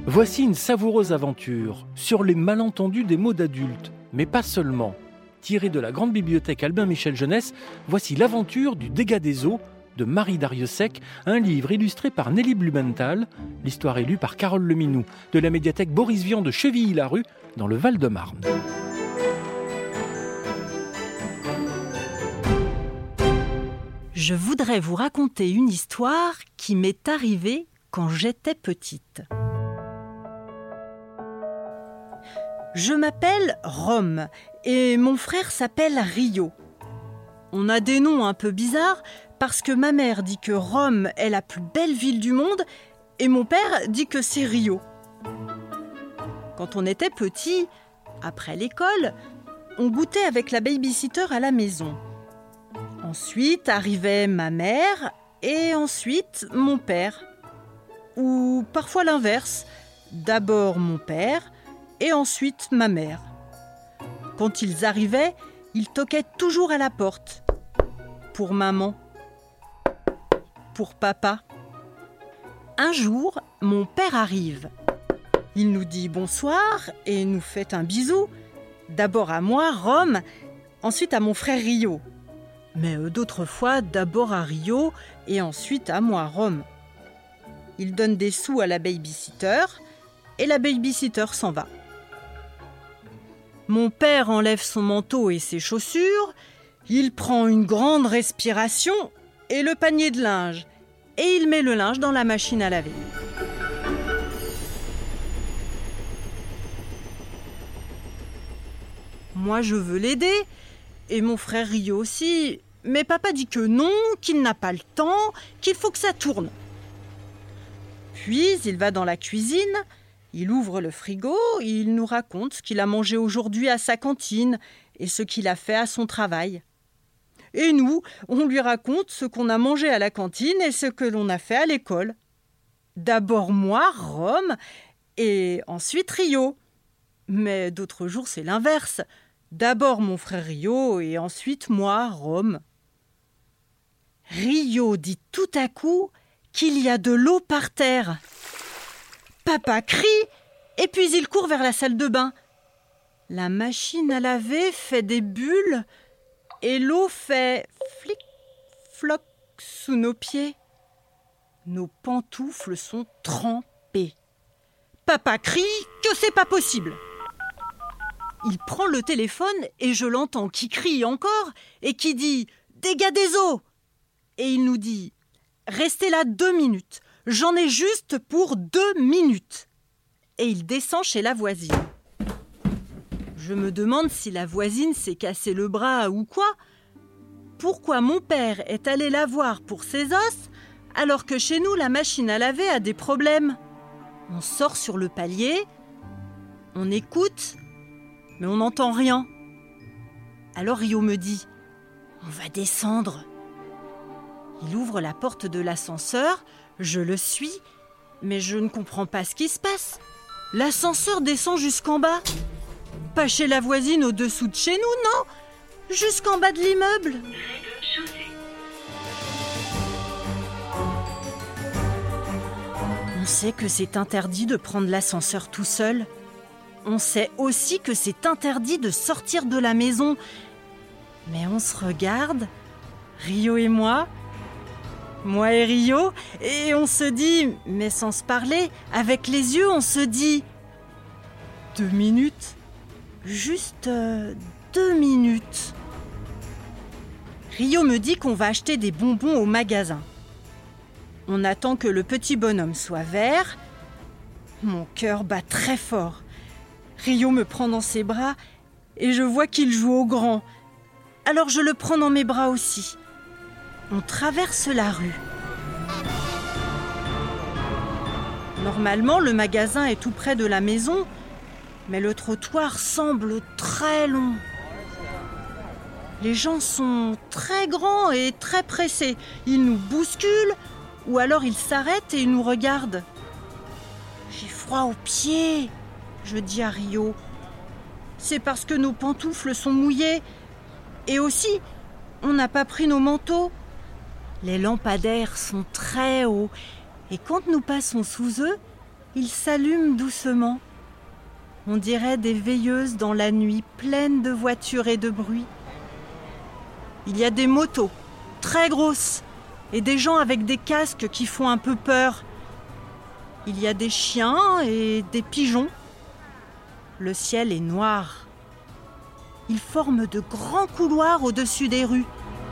Voici une savoureuse aventure sur les malentendus des mots d'adultes, mais pas seulement. Tiré de la grande bibliothèque Albin Michel Jeunesse, voici l'aventure du dégât des eaux de Marie Dariussec, un livre illustré par Nelly Blumenthal. L'histoire est lue par Carole Leminou, de la médiathèque Boris Vian de Chevilly-la-Rue, dans le Val-de-Marne. Je voudrais vous raconter une histoire qui m'est arrivée quand j'étais petite. Je m'appelle Rome et mon frère s'appelle Rio. On a des noms un peu bizarres parce que ma mère dit que Rome est la plus belle ville du monde et mon père dit que c'est Rio. Quand on était petit, après l'école, on goûtait avec la baby-sitter à la maison. Ensuite arrivait ma mère et ensuite mon père. Ou parfois l'inverse, d'abord mon père et ensuite ma mère. Quand ils arrivaient, ils toquaient toujours à la porte. Pour maman. Pour papa. Un jour, mon père arrive. Il nous dit bonsoir et nous fait un bisou. D'abord à moi, Rome, ensuite à mon frère Rio. Mais d'autres fois, d'abord à Rio et ensuite à moi, Rome. Il donne des sous à la baby-sitter et la baby-sitter s'en va. Mon père enlève son manteau et ses chaussures, il prend une grande respiration et le panier de linge, et il met le linge dans la machine à laver. Moi, je veux l'aider, et mon frère Rio aussi, mais papa dit que non, qu'il n'a pas le temps, qu'il faut que ça tourne. Puis, il va dans la cuisine. Il ouvre le frigo, il nous raconte ce qu'il a mangé aujourd'hui à sa cantine et ce qu'il a fait à son travail. Et nous, on lui raconte ce qu'on a mangé à la cantine et ce que l'on a fait à l'école. D'abord moi, Rome, et ensuite Rio. Mais d'autres jours, c'est l'inverse. D'abord mon frère Rio et ensuite moi, Rome. Rio dit tout à coup qu'il y a de l'eau par terre. Papa crie et puis il court vers la salle de bain. La machine à laver fait des bulles et l'eau fait flic-floc sous nos pieds. Nos pantoufles sont trempées. Papa crie que c'est pas possible. Il prend le téléphone et je l'entends qui crie encore et qui dit « Dégâts des eaux !» Et il nous dit « Restez là 2 minutes. J'en ai juste pour 2 minutes. » Et il descend chez la voisine. Je me demande si la voisine s'est cassé le bras ou quoi. Pourquoi mon père est allé la voir pour ses os, alors que chez nous, la machine à laver a des problèmes? On sort sur le palier, on écoute, mais on n'entend rien. Alors Rio me dit « On va descendre. » Il ouvre la porte de l'ascenseur. Je le suis, mais je ne comprends pas ce qui se passe. L'ascenseur descend jusqu'en bas. Pas chez la voisine au-dessous de chez nous, non. Jusqu'en bas de l'immeuble. On sait que c'est interdit de prendre l'ascenseur tout seul. On sait aussi que c'est interdit de sortir de la maison. Mais on se regarde, Rio et moi et Rio, et on se dit, mais sans se parler, avec les yeux, on se dit 2 minutes, juste 2 minutes. Rio me dit qu'on va acheter des bonbons au magasin. On attend que le petit bonhomme soit vert. Mon cœur bat très fort. Rio me prend dans ses bras et je vois qu'il joue au grand. Alors je le prends dans mes bras aussi. On traverse la rue. Normalement, le magasin est tout près de la maison, mais le trottoir semble très long. Les gens sont très grands et très pressés. Ils nous bousculent ou alors ils s'arrêtent et ils nous regardent. J'ai froid aux pieds, je dis à Rio. C'est parce que nos pantoufles sont mouillées. Et aussi, on n'a pas pris nos manteaux. Les lampadaires sont très hauts et quand nous passons sous eux, Ils s'allument doucement. On dirait des veilleuses dans la nuit pleine de voitures et de bruit. Il y a des motos, très grosses, et des gens avec des casques qui font un peu peur. Il y a des chiens et des pigeons. Le ciel est noir. Il forme de grands couloirs au-dessus des rues.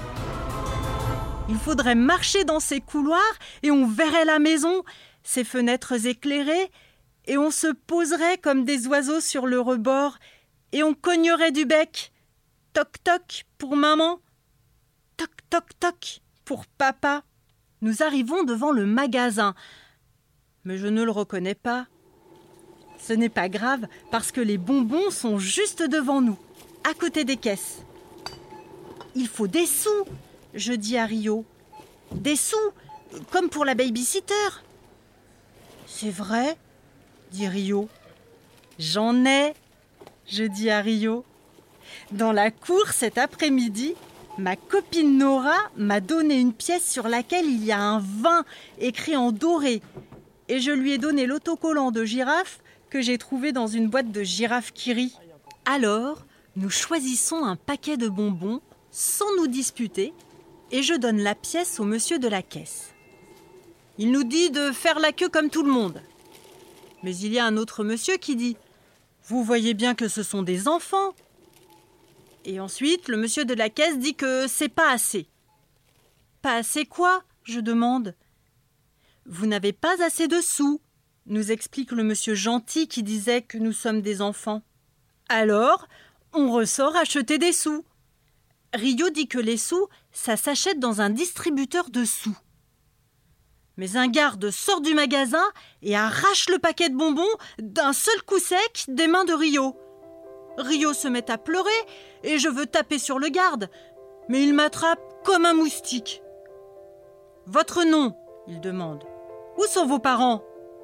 Il faudrait marcher dans ces couloirs et on verrait la maison, ses fenêtres éclairées, et on se poserait comme des oiseaux sur le rebord et on cognerait du bec. Toc toc pour maman. Toc toc toc pour papa. Nous arrivons devant le magasin. Mais je ne le reconnais pas. Ce n'est pas grave parce que les bonbons sont juste devant nous, à côté des caisses. Il faut des sous, je dis à Rio. Des sous, comme pour la baby-sitter. C'est vrai, dit Rio. J'en ai, je dis à Rio. Dans la cour cet après-midi, ma copine Nora m'a donné une pièce sur laquelle il y a un 20 écrit en doré. Et je lui ai donné l'autocollant de girafe que j'ai trouvé dans une boîte de girafe qui rit. Alors, nous choisissons un paquet de bonbons sans nous disputer et je donne la pièce au monsieur de la caisse. Il nous dit de faire la queue comme tout le monde. Mais il y a un autre monsieur qui dit « Vous voyez bien que ce sont des enfants !» Et ensuite, le monsieur de la caisse dit que c'est pas assez. « Pas assez quoi ?» je demande. « Vous n'avez pas assez de sous !» nous explique le monsieur gentil qui disait que nous sommes des enfants. Alors, on ressort acheter des sous. Rio dit que les sous, ça s'achète dans un distributeur de sous. Mais un garde sort du magasin et arrache le paquet de bonbons d'un seul coup sec des mains de Rio. Rio se met à pleurer et je veux taper sur le garde, mais il m'attrape comme un moustique. « Votre nom ?» il demande. « Où sont vos parents ?»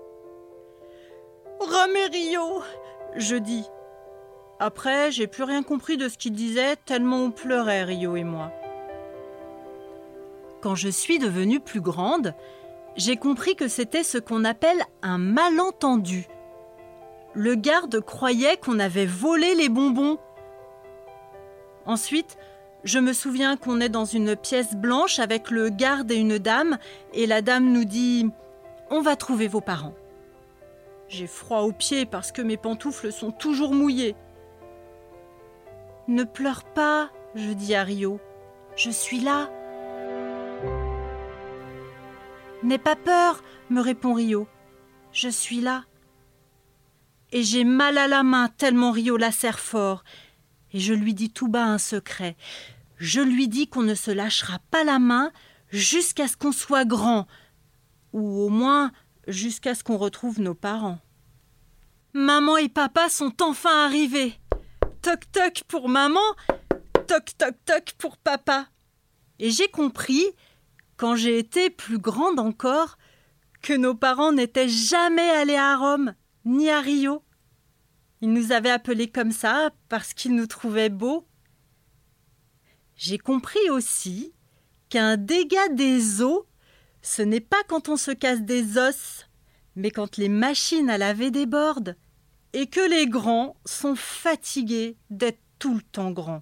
« Rome et Rio !» je dis. Après, j'ai plus rien compris de ce qu'il disait, tellement on pleurait, Rio et moi. Quand je suis devenue plus grande, j'ai compris que c'était ce qu'on appelle un malentendu. Le garde croyait qu'on avait volé les bonbons. Ensuite, je me souviens qu'on est dans une pièce blanche avec le garde et une dame, et la dame nous dit « On va trouver vos parents ». J'ai froid aux pieds parce que mes pantoufles sont toujours mouillées. « Ne pleure pas, je dis à Rio. Je suis là. »« N'aie pas peur, me répond Rio. Je suis là. » Et j'ai mal à la main tellement Rio la serre fort. Et je lui dis tout bas un secret. Je lui dis qu'on ne se lâchera pas la main jusqu'à ce qu'on soit grand. Ou au moins jusqu'à ce qu'on retrouve nos parents. Maman et papa sont enfin arrivés. Toc toc pour maman, toc toc toc pour papa. Et j'ai compris, quand j'ai été plus grande encore, que nos parents n'étaient jamais allés à Rome, ni à Rio. Ils nous avaient appelés comme ça parce qu'ils nous trouvaient beaux. J'ai compris aussi qu'un dégât des os, ce n'est pas quand on se casse des os, mais quand les machines à laver débordent et que les grands sont fatigués d'être tout le temps grands.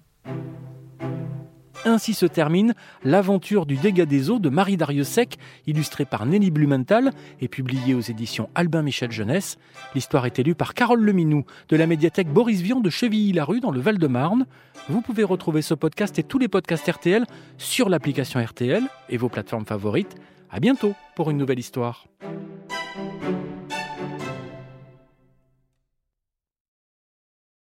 Ainsi se termine l'aventure du dégât des eaux de Marie Darrieussecq, illustrée par Nelly Blumenthal et publiée aux éditions Albin Michel Jeunesse. L'histoire est lue par Carole Leminou de la médiathèque Boris Vian de Chevilly-la-Rue dans le Val-de-Marne. Vous pouvez retrouver ce podcast et tous les podcasts RTL sur l'application RTL et vos plateformes favorites. À bientôt pour une nouvelle histoire.